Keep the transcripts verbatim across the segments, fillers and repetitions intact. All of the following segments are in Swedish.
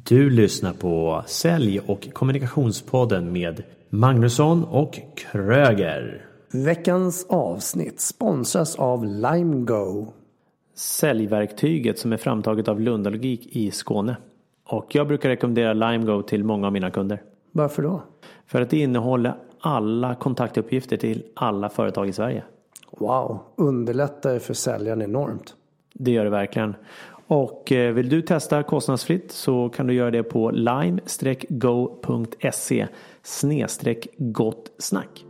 Du lyssnar på Sälj- och kommunikationspodden med Magnusson och Kröger. Veckans avsnitt sponsras av LimeGo. Säljverktyget som är framtaget av Lundalogik i Skåne. Och jag brukar rekommendera LimeGo till många av mina kunder. Varför då? För att det innehåller alla kontaktuppgifter till alla företag i Sverige. Wow, underlättar för säljaren enormt. Det gör det verkligen. Och vill du testa kostnadsfritt så kan du göra det på lime go punkt se snedstreck gott snack.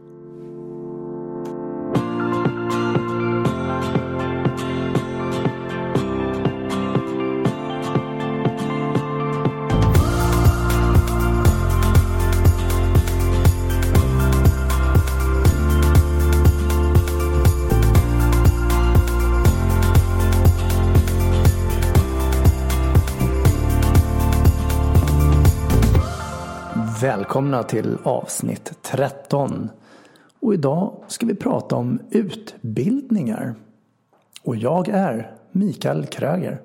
Välkomna till avsnitt tretton. Och idag ska vi prata om utbildningar. Och jag är Mikael Kröger.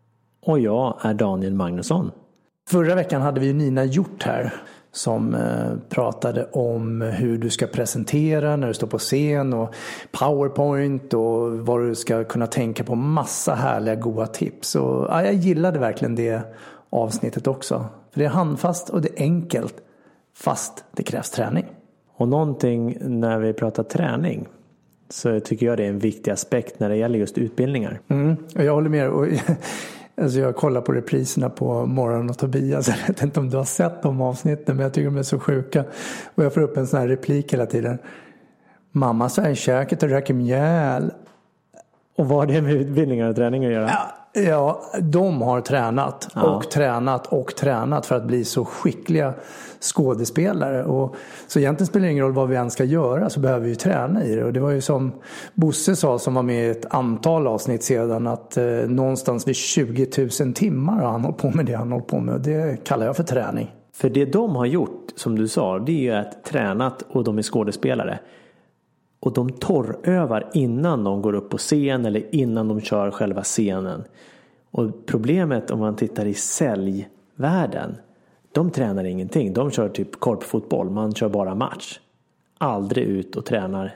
Och jag är Daniel Magnusson. Förra veckan hade vi Nina Hjort här som eh, pratade om hur du ska presentera när du står på scen och PowerPoint och vad du ska kunna tänka på. Massa härliga goda tips. Och ja, jag gillade verkligen det avsnittet också. För det är handfast och det är enkelt. Fast det krävs träning. Och någonting när vi pratar träning så tycker jag det är en viktig aspekt när det gäller just utbildningar. Mm, och jag håller med. Och, alltså jag kollar på repriserna på Morgon och Tobias. Jag vet inte om du har sett de avsnitten, men jag tycker de är så sjuka. Och jag får upp en sån här replik hela tiden. Mamma sa i köket och röker mjöl. Och vad har det med utbildningar och träning att göra? Ja, ja de har tränat ja. och tränat och tränat för att bli så skickliga skådespelare. Och, så egentligen spelar det ingen roll vad vi än ska göra, så behöver vi ju träna i det. Och det var ju som Bosse sa, som var med i ett antal avsnitt sedan, att eh, någonstans vid tjugo tusen timmar har han hållit på med det han hållit på med. Och det kallar jag för träning. För det de har gjort, som du sa, det är ju att tränat och de är skådespelare. Och de torrövar innan de går upp på scen eller innan de kör själva scenen. Och problemet om man tittar i säljvärlden, de tränar ingenting. De kör typ korpfotboll, man kör bara match. Aldrig ut och tränar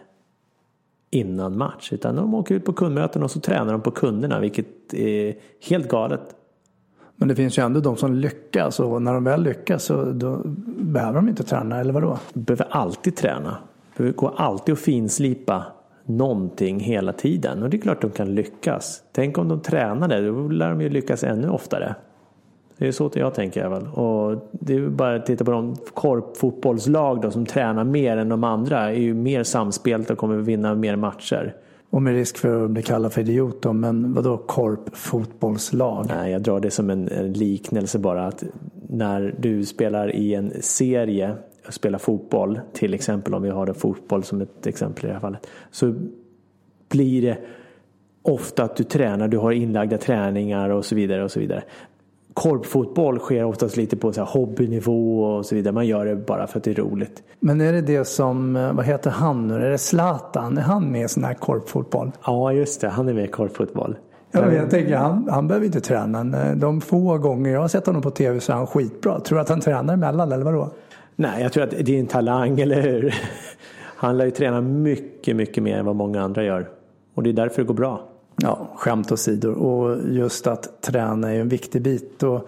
innan match. Utan de åker ut på kundmöten och så tränar de på kunderna, vilket är helt galet. Men det finns ju ändå de som lyckas, och när de väl lyckas så då behöver de inte träna, eller vadå? Behöver alltid träna. Det går alltid att finslipa någonting hela tiden. Och det är klart de kan lyckas. Tänk om de tränade, då lär de ju lyckas ännu oftare. Det är så att jag tänker väl. Och det är bara att titta på de korpfotbollslag då, som tränar mer än de andra. Är ju mer samspelt och kommer vinna mer matcher. Och med risk för att bli kallad för idiot då, men vadå korpfotbollslag? Nej, jag drar det som en, en liknelse bara. Att när du spelar i en serie och spelar fotboll, till exempel om vi har det fotboll som ett exempel i det här fallet, så blir det ofta att du tränar, du har inlagda träningar och så vidare och så vidare. Korpfotboll sker oftast lite på så här hobbynivå och så vidare. Man gör det bara för att det är roligt. Men är det det som, vad heter han nu? Är det Zlatan? Är han med i sån här korpfotboll? Ja, just det. Han är med i korpfotboll. Ja, men jag tänker, han, han behöver inte träna. De få gånger jag har sett honom på tv så är han skitbra. Tror du att han tränar emellan, eller vadå? Nej, jag tror att det är en talang, eller hur? Han lär ju träna mycket, mycket mer än vad många andra gör. Och det är därför det går bra. Ja, skämt åsido. Och just att träna är en viktig bit. Och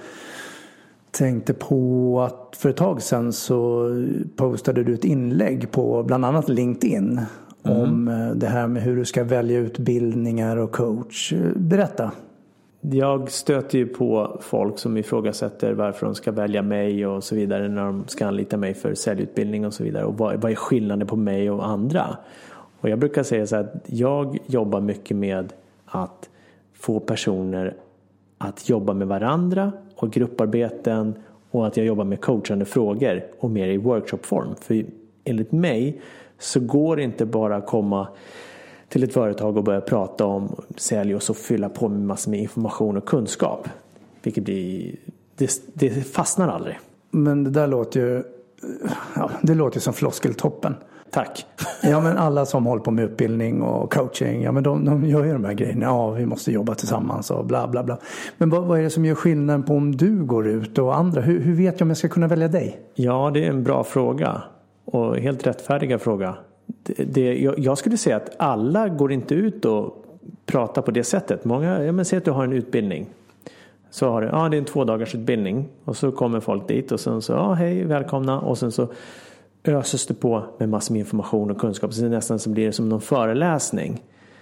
tänkte på att för ett tag sedan så postade du ett inlägg på bland annat LinkedIn. Mm. Om det här med hur du ska välja utbildningar och coach. Berätta. Jag stöter ju på folk som ifrågasätter varför de ska välja mig och så vidare när de ska anlita mig för säljutbildning och så vidare. Och vad, vad är skillnaden på mig och andra? Och jag brukar säga så att jag jobbar mycket med att få personer att jobba med varandra och grupparbeten, och att jag jobbar med coachande frågor och mer i workshopform. För enligt mig så går det inte bara att komma till ett företag och börja prata om sälj och så fylla på med massor med information och kunskap. Vilket blir, det, det fastnar aldrig. Men det där låter ju, ja, det låter ju som floskeltoppen. tack. Ja, men alla som håller på med utbildning och coaching, ja men de, de gör ju de här grejerna. Ja, vi måste jobba tillsammans och bla bla bla. Men vad, vad är det som gör skillnaden på om du går ut och andra? Hur, hur vet jag om jag ska kunna välja dig? Ja, det är en bra fråga. Och helt rättfärdiga fråga. Det, det, jag, jag skulle säga att alla går inte ut och pratar på det sättet. Många, ja men säg att du har en utbildning. Så har du, ja det är en två dagars utbildning. Och så kommer folk dit och sen så, ja hej, välkomna. Och sen så öses det på med massor med information och kunskap. Så det nästan så blir det som någon föreläsning.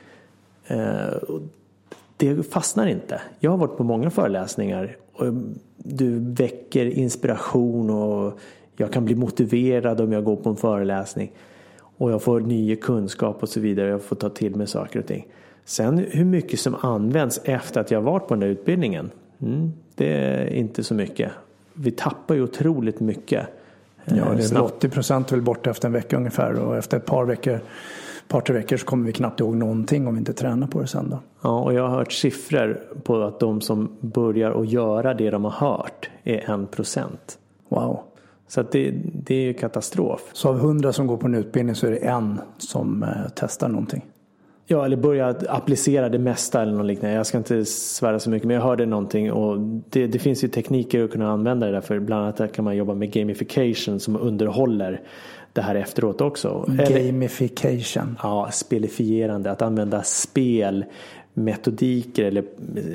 Eh, det fastnar inte. Jag har varit på många föreläsningar. Och du väcker inspiration och jag kan bli motiverad om jag går på en föreläsning. Och jag får ny kunskap och så vidare. Jag får ta till mig saker och ting. Sen hur mycket som används efter att jag har varit på den där utbildningen. Mm, det är inte så mycket. Vi tappar ju otroligt mycket. Ja, det är väl åttio procent väl bort efter en vecka ungefär. Och efter ett par veckor, par tre veckor så kommer vi knappt ihåg någonting om vi inte tränar på det sen då. Ja, och jag har hört siffror på att de som börjar att göra det de har hört är en procent. Wow. Så att det, det är ju katastrof. Så av hundra som går på en utbildning så är det en som eh, testar någonting? Ja, eller börja applicera det mesta eller något liknande. Jag ska inte svära så mycket, men jag hörde någonting. Och det, det finns ju tekniker att kunna använda det där. För bland annat kan man jobba med gamification som underhåller det här efteråt också. Gamification? Eller, ja, spelifierande. Att använda spelmetodiker eller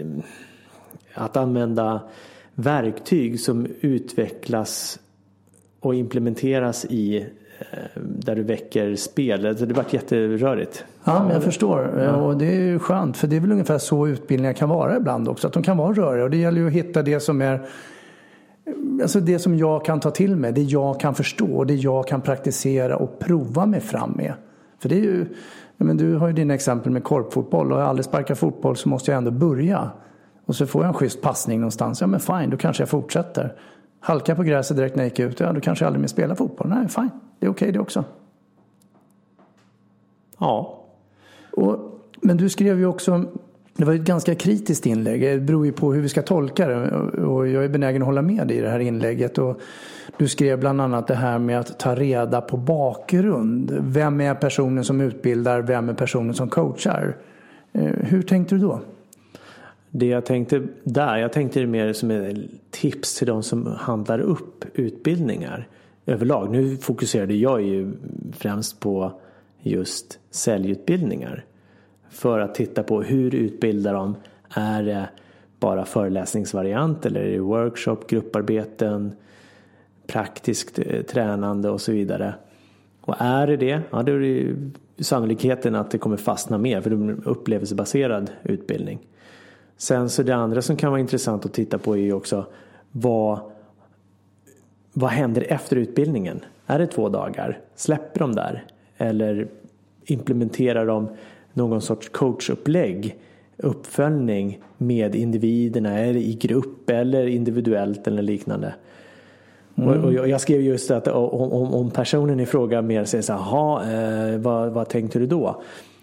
att använda verktyg som utvecklas och implementeras i där du väcker spel. Det har varit jätterörigt. Ja, men jag förstår. Ja. Och det är ju skönt. För det är väl ungefär så utbildningar kan vara ibland också. Att de kan vara röriga. Och det gäller ju att hitta det som är alltså det som jag kan ta till mig. Det jag kan förstå. Det jag kan praktisera och prova mig fram med. För det är ju, men du har ju dina exempel med korpfotboll. Och har jag aldrig sparkat fotboll så måste jag ändå börja. Och så får jag en schysst passning någonstans. Ja men fine, då kanske jag fortsätter. Halka på gräset direkt när jag gick ut. Ja, då kanske jag aldrig mer spelar fotboll. Nej, fine. Det är okej det också. Ja. Och, men du skrev ju också, det var ett ganska kritiskt inlägg. Det beror ju på hur vi ska tolka det. Och jag är benägen att hålla med dig i det här inlägget. Och du skrev bland annat det här med att ta reda på bakgrund. Vem är personen som utbildar? Vem är personen som coachar? Hur tänkte du då? Det jag tänkte där, jag tänkte det mer som ett tips till de som handlar upp utbildningar överlag. Nu fokuserade jag ju främst på just säljutbildningar för att titta på hur utbildar de. Är det bara föreläsningsvariant eller är det workshop, grupparbeten, praktiskt tränande och så vidare. Och är det det, ja då är det ju sannolikheten att det kommer fastna mer för det är en upplevelsebaserad utbildning. Sen så det andra som kan vara intressant att titta på är ju också vad, vad händer efter utbildningen? Är det två dagar? Släpper de där? Eller implementerar de någon sorts coachupplägg, uppföljning med individerna eller i grupp eller individuellt eller liknande? Mm. Och, och jag skrev just att om, om, om personen i fråga mer säger så här, eh, vad, vad tänkte du då?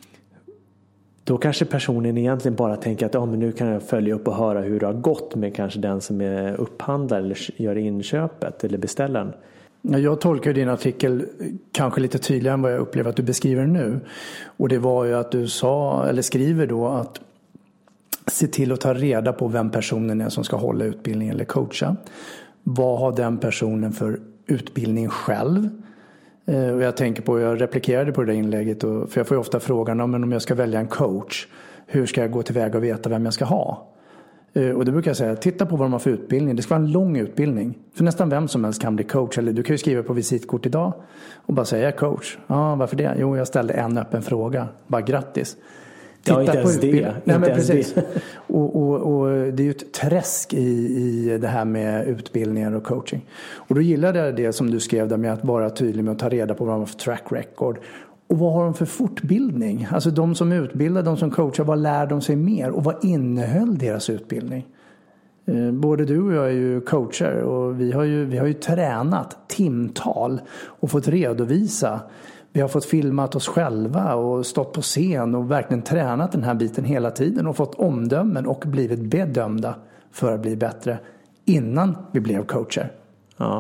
Då kanske personen egentligen bara tänker att oh, men nu kan jag följa upp och höra hur det har gått med kanske den som är upphandlare eller gör inköpet eller beställaren. Jag tolkar din artikel kanske lite tydligare än vad jag upplever att du beskriver nu. Och det var ju att du sa, eller skriver då, att se till att ta reda på vem personen är som ska hålla utbildning eller coacha. Vad har den personen för utbildning själv? Och jag tänker på, jag replikerade på det där inlägget, och, för jag får ju ofta frågan om jag ska välja en coach, hur ska jag gå tillväga och veta vem jag ska ha? Och då brukar jag säga, titta på vad de har för utbildning. Det ska vara en lång utbildning. För nästan vem som helst kan bli coach. Eller du kan ju skriva på visitkort idag och bara säga, jag är coach. Ja, varför det? Jo, jag ställde en öppen fråga. Bara grattis. Titta ja, inte ens det. Nej, inte men precis. Det. och, och, och det är ju ett träsk i, i det här med utbildningar och coaching. Och då gillade jag det som du skrev där med att vara tydlig med att ta reda på vad de har för track record. Och vad har de för fortbildning? Alltså de som utbildar, de som coachar, vad lär de sig mer? Och vad innehöll deras utbildning? Både du och jag är ju coacher, och vi har ju, vi har ju tränat timtal och fått redovisa. Vi har fått filmat oss själva och stått på scen och verkligen tränat den här biten hela tiden och fått omdömen och blivit bedömda för att bli bättre innan vi blev coacher. Ja,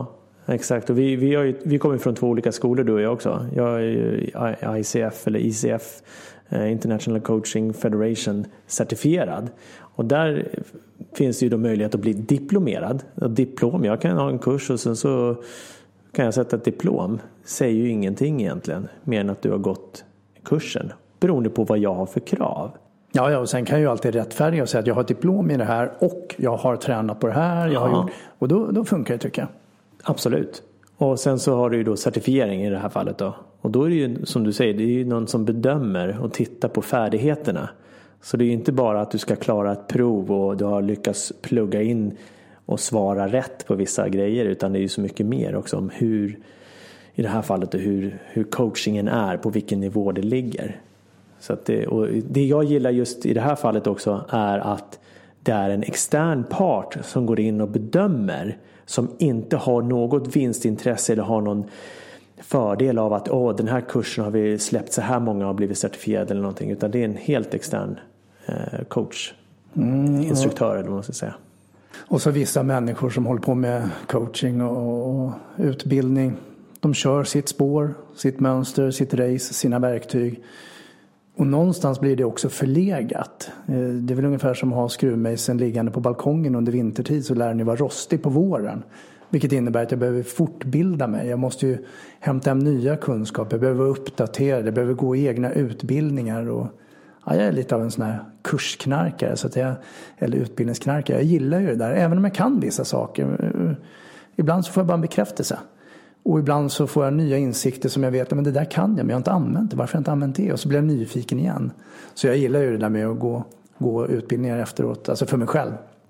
exakt. Och vi, vi, har ju, vi kommer från två olika skolor, du och jag också. Jag är ju I C F eller I C F, International Coaching Federation certifierad. Och där finns det ju då möjlighet att bli diplomerad. Och diplom, jag kan ha en kurs och sen så kan jag sätta ett diplom. Säger ju ingenting egentligen, mer än att du har gått kursen. Beroende på vad jag har för krav. Ja, ja, och sen kan jag ju alltid rättfärdiga och säga att jag har ett diplom i det här och jag har tränat på det här. Jag har gjort, och då, då funkar det, tycker jag. Absolut. Och sen så har du ju då certifiering i det här fallet då. Och då är det ju, som du säger, det är ju någon som bedömer och tittar på färdigheterna. Så det är ju inte bara att du ska klara ett prov och du har lyckats plugga in och svara rätt på vissa grejer, utan det är ju så mycket mer också om hur, i det här fallet, hur, hur coachingen är, på vilken nivå det ligger. Så att det, och det jag gillar just i det här fallet också är att det är en extern part som går in och bedömer, som inte har något vinstintresse eller har någon fördel av att åh, den här kursen har vi släppt, så här många har blivit certifierade eller någonting, utan det är en helt extern eh, coach, mm, instruktör eller vad man ska säga. Och så vissa människor som håller på med coaching och, och utbildning, de kör sitt spår, sitt mönster, sitt race, sina verktyg. Och någonstans blir det också förlegat. Det är väl ungefär som att ha skruvmejseln liggande på balkongen under vintertid, så lär den ju vara rostig på våren. Vilket innebär att jag behöver fortbilda mig. Jag måste ju hämta hem nya kunskaper. Jag behöver vara uppdaterad. Jag behöver gå egna utbildningar. Och, ja, jag är lite av en sån här kursknarkare. Så att jag, eller utbildningsknarkare. Jag gillar ju det där. Även om jag kan vissa saker. Ibland så får jag bara en bekräftelse. Och ibland så får jag nya insikter som jag vet, men det där kan jag, men jag har inte använt det. Varför har jag inte använt det? Och så blir jag nyfiken igen. Så jag gillar ju det där med att gå, gå utbildningar efteråt. Alltså för mig själv.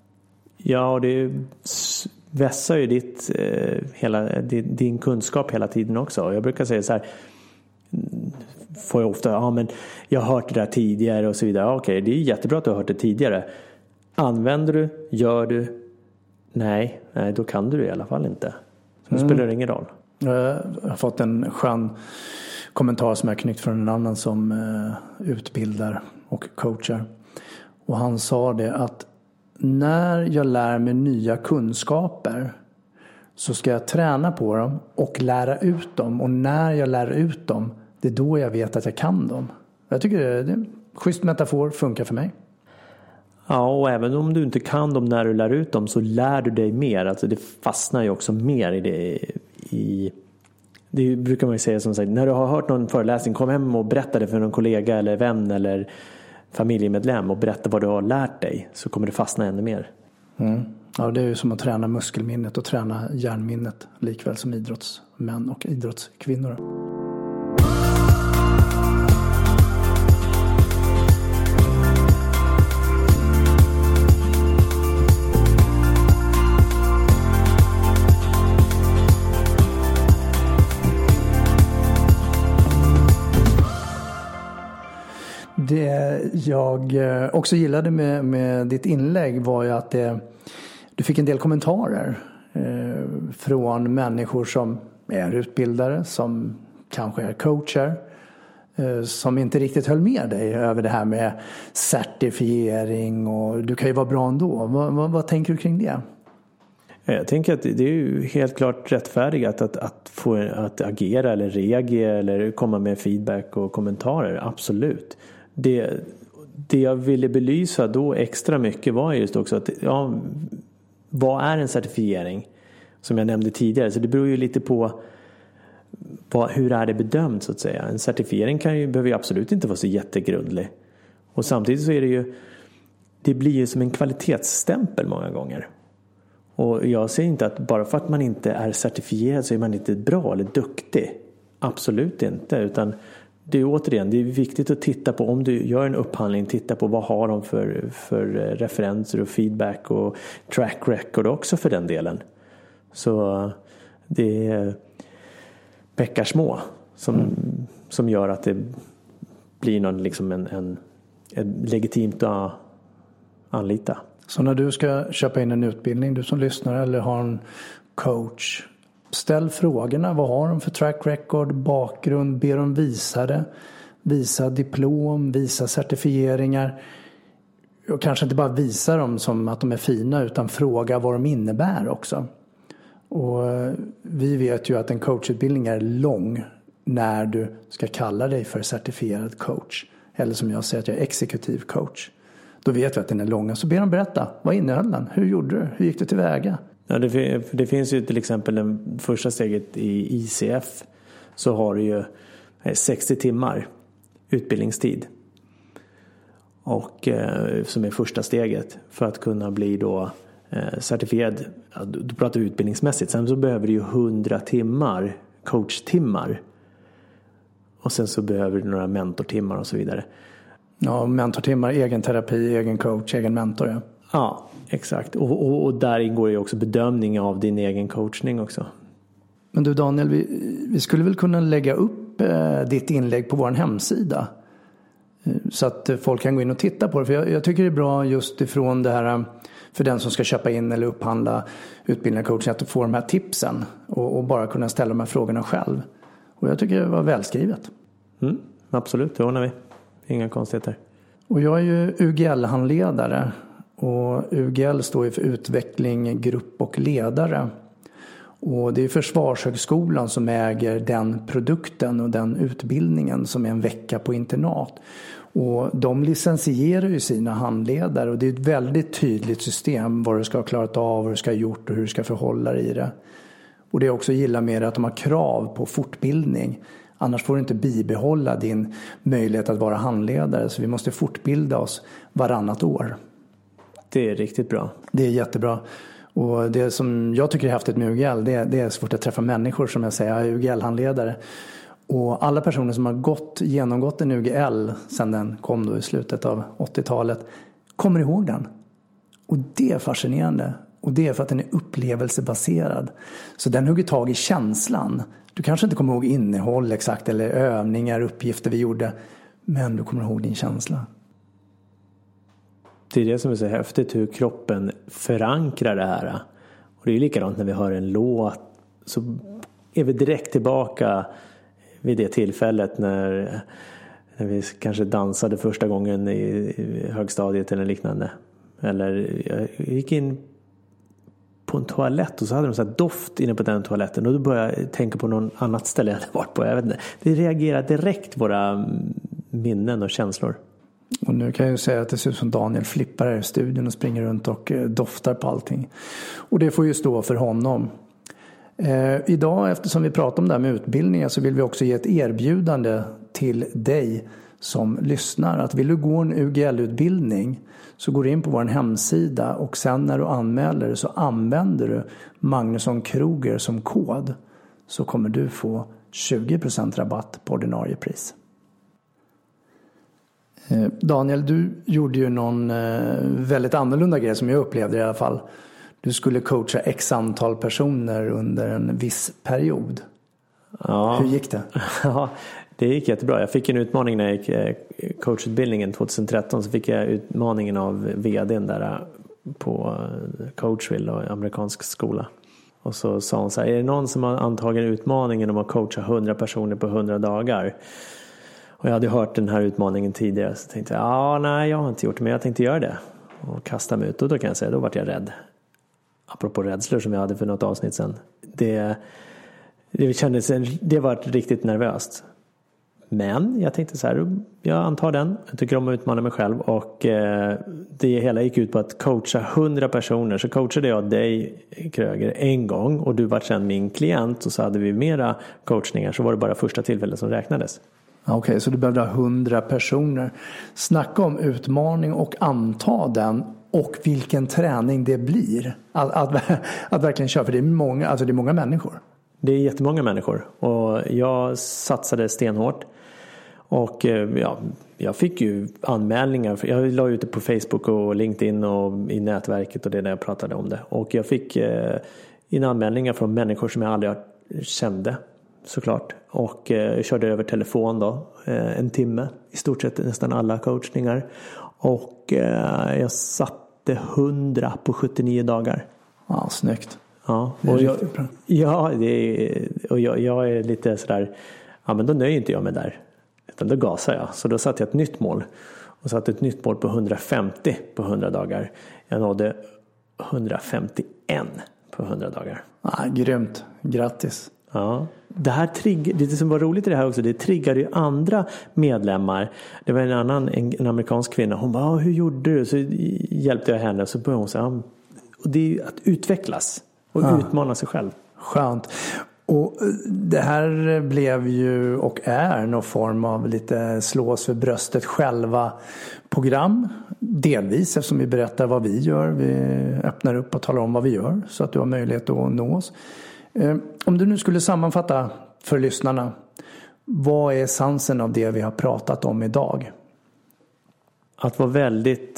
Ja, och det vässar ju ditt, eh, hela, din, din kunskap hela tiden också. Jag brukar säga så här, får jag ofta, ja men jag har hört det där tidigare och så vidare. Ja, okej, det är jättebra att du har hört det tidigare. Använder du? Gör du? Nej, nej då kan du det i alla fall inte. Så mm. spelar det ingen roll. Jag har fått en skön kommentar som jag knyckt från en annan som eh, utbildar och coachar. Och han sa det att när jag lär mig nya kunskaper så ska jag träna på dem och lära ut dem. Och när jag lär ut dem, det är då jag vet att jag kan dem. Jag tycker det är en schysst metafor, funkar för mig. Ja, och även om du inte kan dem när du lär ut dem, så lär du dig mer. Alltså det fastnar ju också mer i det. I, det brukar man ju säga som sagt, när du har hört någon föreläsning, kom hem och berätta det för någon kollega eller vän eller familjemedlem och berätta vad du har lärt dig, så kommer det fastna ännu mer. Mm. Ja, det är ju som att träna muskelminnet och träna hjärnminnet, likväl som idrottsmän och idrottskvinnor. Det jag också gillade med, med ditt inlägg var ju att det, du fick en del kommentarer eh, från människor som är utbildare, som kanske är coacher, eh, som inte riktigt höll med dig över det här med certifiering och du kan ju vara bra ändå. Vad, vad, vad tänker du kring det? Jag tänker att det är ju helt klart rättfärdigt att, att, få, att agera eller reagera eller komma med feedback och kommentarer, absolut. Det, det jag ville belysa då extra mycket var just också att ja, vad är en certifiering, som jag nämnde tidigare, så det beror ju lite på vad, hur är det bedömt så att säga. En certifiering kan ju, behöver ju absolut inte vara så jättegrundlig, och samtidigt så är det ju, det blir ju som en kvalitetsstämpel många gånger. Och jag säger inte att bara för att man inte är certifierad så är man inte bra eller duktig, absolut inte, utan det är återigen, det är viktigt att titta på, om du gör en upphandling, titta på vad har de för, för referenser och feedback och track record också för den delen. Så det är bäckar små som, mm. som gör att det blir någon, liksom en, en, en legitimt att anlita. Så när du ska köpa in en utbildning, du som lyssnar eller har en coach, ställ frågorna. Vad har de för track record, bakgrund? Be dem visa det. Visa diplom, visa certifieringar. Och kanske inte bara visa dem som att de är fina, utan fråga vad de innebär också. Och vi vet ju att en coachutbildning är lång när du ska kalla dig för certifierad coach. Eller som jag säger att jag är exekutiv coach. Då vet vi att den är lång. Så ber de berätta, vad innehöll den? Hur gjorde du? Hur gick du tillväga? Ja, det, det finns ju till exempel det första steget i I C F. Så har du ju sextio timmar utbildningstid. Och eh, som är första steget för att kunna bli då eh, certifierad. Ja, då pratar vi utbildningsmässigt. Sen så behöver du ju hundra timmar coachtimmar. Och sen så behöver du några mentortimmar och så vidare. Ja, mentortimmar, egen terapi, egen coach, egen mentor. Ja, ja exakt. Och, och, och där ingår ju också bedömning av din egen coachning också. Men du Daniel, vi, vi skulle väl kunna lägga upp eh, ditt inlägg på vår hemsida. Så att folk kan gå in och titta på det. För jag, jag tycker det är bra just ifrån det här för den som ska köpa in eller upphandla utbildning av coaching att få de här tipsen och, och bara kunna ställa de här frågorna själv. Och jag tycker det var välskrivet. Mm, absolut, det ordnar vi. Inga konstigheter. Och jag är ju U G L-handledare. Och U G L står ju för utveckling, grupp och ledare. Och det är Försvarshögskolan som äger den produkten och den utbildningen som är en vecka på internat. Och de licensierar ju sina handledare och det är ett väldigt tydligt system vad du ska ha klarat av, vad du ska ha gjort och hur du ska förhålla dig i det. Och det är också gillar med att de har krav på fortbildning. Annars får du inte bibehålla din möjlighet att vara handledare. Så vi måste fortbilda oss varannat år. Det är riktigt bra. Det är jättebra. Och det som jag tycker är häftigt med U G L, det är, det är svårt att träffa människor som jag säger, jag är U G L-handledare. Och alla personer som har gått, genomgått en U G L sedan den kom då i slutet av åttiotalet kommer ihåg den. Och det är fascinerande. Och det är för att den är upplevelsebaserad. Så den hugger tag i känslan. Du kanske inte kommer ihåg innehåll exakt eller övningar, uppgifter vi gjorde. Men du kommer ihåg din känsla. Det är det som är så häftigt hur kroppen förankrar det här. Och det är likadant när vi hör en låt så är vi direkt tillbaka vid det tillfället när, när vi kanske dansade första gången i högstadiet eller liknande. Eller jag gick in på en toalett och så hade de så här doft inne på den toaletten och då började jag tänka på någon annat ställe jag hade varit på. Jag vet inte. Det reagerar direkt våra minnen och känslor. Och nu kan jag ju säga att det ser ut som Daniel flippar här i studion och springer runt och doftar på allting. Och det får ju stå för honom. Eh, idag eftersom vi pratar om det här med utbildningar så vill vi också ge ett erbjudande till dig som lyssnar. Att vill du gå en U G L-utbildning så går du in på vår hemsida och sen när du anmäler så använder du Magnusson Kroger som kod så kommer du få tjugo procent rabatt på ordinarie pris. Daniel, du gjorde ju någon väldigt annorlunda grej som jag upplevde i alla fall. Du skulle coacha x antal personer under en viss period. Ja. Hur gick det? Ja, det gick jättebra. Jag fick en utmaning när jag gick coachutbildningen tjugohundratretton så fick jag utmaningen av vdn där på Coachville och amerikansk skola. Och så sa hon så här, är det någon som har antagit utmaningen om att coacha hundra personer på hundra dagar? Och jag hade hört den här utmaningen tidigare så tänkte jag, ja nej jag har inte gjort det men jag tänkte göra det. Och kasta mig ut och då kan jag säga, då var jag rädd. Apropå rädslor som jag hade för något avsnitt sen. Det, det kändes, det var riktigt nervöst. Men jag tänkte så här, jag antar den. Jag tycker om att utmana mig själv. Och eh, det hela gick ut på att coacha hundra personer. Så coachade jag dig, Kröger, en gång. Och du var sedan min klient. Och så hade vi mera coachningar. Så var det bara första tillfället som räknades. Okej, okay, så du behövde ha hundra personer. Snacka om utmaning och anta den. Och vilken träning det blir. Att, att, att verkligen köra. För det är många, alltså det är många människor. Det är jättemånga människor. Och jag satsade stenhårt. Och ja, jag fick ju anmälningar. Jag la ut det på Facebook och LinkedIn och i nätverket och det där jag pratade om det. Och jag fick eh, in anmälningar från människor som jag aldrig kände såklart. Och eh, körde över telefon då. Eh, en timme. I stort sett nästan alla coachningar. Och eh, jag satte hundra på sjuttionio dagar. Ja, snyggt. Ja, och jag, ja det är, och jag, jag är lite sådär, ja men då nöjer inte jag mig där. Utan då gasar jag. Så då satte jag ett nytt mål. Och satte ett nytt mål på hundrafemtio på hundra dagar. Jag nådde hundrafemtioen på hundra dagar. Ah, grymt. Grattis. Ja. Det här trigg, det som var roligt i det här också, det triggade ju andra medlemmar. Det var en annan, en, en amerikansk kvinna. Hon bara, hur gjorde du? Så hjälpte jag henne. Så började hon säga, och det är ju att utvecklas och ja. utmana sig själv. Skönt. Och det här blev ju och är någon form av lite slås för bröstet själva program. Delvis eftersom vi berättar vad vi gör. Vi öppnar upp och talar om vad vi gör så att du har möjlighet att nå oss. Om du nu skulle sammanfatta för lyssnarna, vad är essensen av det vi har pratat om idag? Att vara väldigt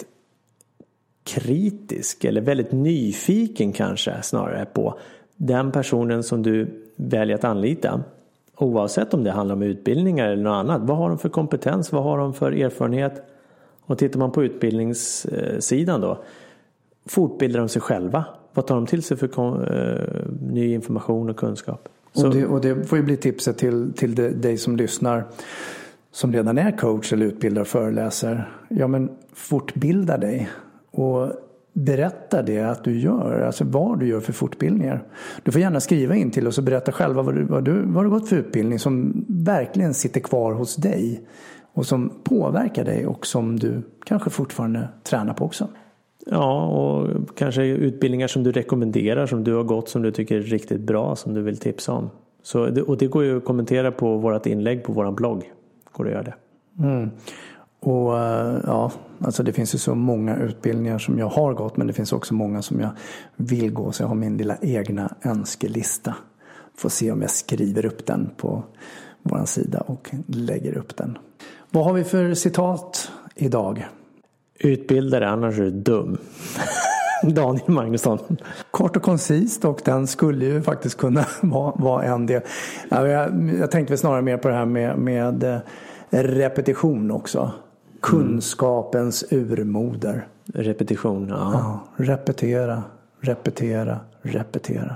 kritisk eller väldigt nyfiken kanske snarare på den personen som du väljer att anlita. Oavsett om det handlar om utbildningar eller något annat. Vad har de för kompetens? Vad har de för erfarenhet? Och tittar man på utbildningssidan då. Fortbildar de sig själva? Vad tar de till sig för uh, ny information och kunskap? Och det, och det får ju bli tipset till, till dig som lyssnar. Som redan är coach eller utbildar och föreläser. Ja, men fortbilda dig. Och berätta det att du gör. Alltså vad du gör för fortbildningar. Du får gärna skriva in till oss och berätta själva vad du, vad du, vad du gått för utbildning. Som verkligen sitter kvar hos dig. Och som påverkar dig. Och som du kanske fortfarande tränar på också. Ja, och kanske utbildningar som du rekommenderar, som du har gått, som du tycker är riktigt bra, som du vill tipsa om. Så, och det går ju att kommentera på vårt inlägg på vår blogg. Går det att göra det. Mm. Och ja, alltså det finns ju så många utbildningar som jag har gått, men det finns också många som jag vill gå, så jag har min lilla egna önskelista. Får se om jag skriver upp den på vår sida och lägger upp den. Vad har vi för citat idag? Utbildare, annars är du dum. Daniel Magnusson. Kort och koncist, och den skulle ju faktiskt kunna vara, vara en del. Ja, jag, jag tänkte väl snarare mer på det här med, med repetition också. Kunskapens urmoder. Repetition, ja. ja. Repetera, repetera, repetera.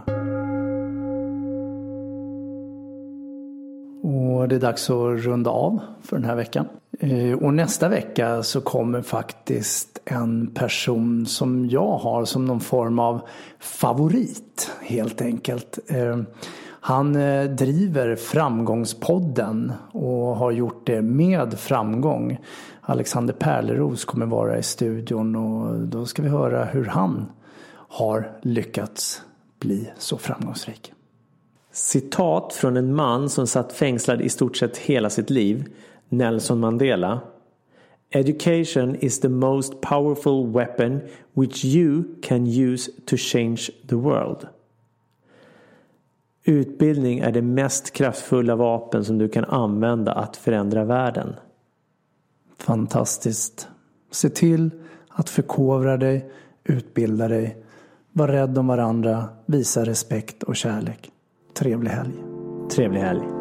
Och det är dags att runda av för den här veckan. Och nästa vecka så kommer faktiskt en person som jag har som någon form av favorit helt enkelt. Han driver Framgångspodden och har gjort det med framgång. Alexander Pärleros kommer vara i studion och då ska vi höra hur han har lyckats bli så framgångsrik. Citat från en man som satt fängslad i stort sett hela sitt liv, Nelson Mandela. Education is the most powerful weapon which you can use to change the world. Utbildning är det mest kraftfulla vapen som du kan använda att förändra världen. Fantastiskt. Se till att förkovra dig, utbilda dig, var rädd om varandra, visa respekt och kärlek. Trevlig helg. Trevlig helg.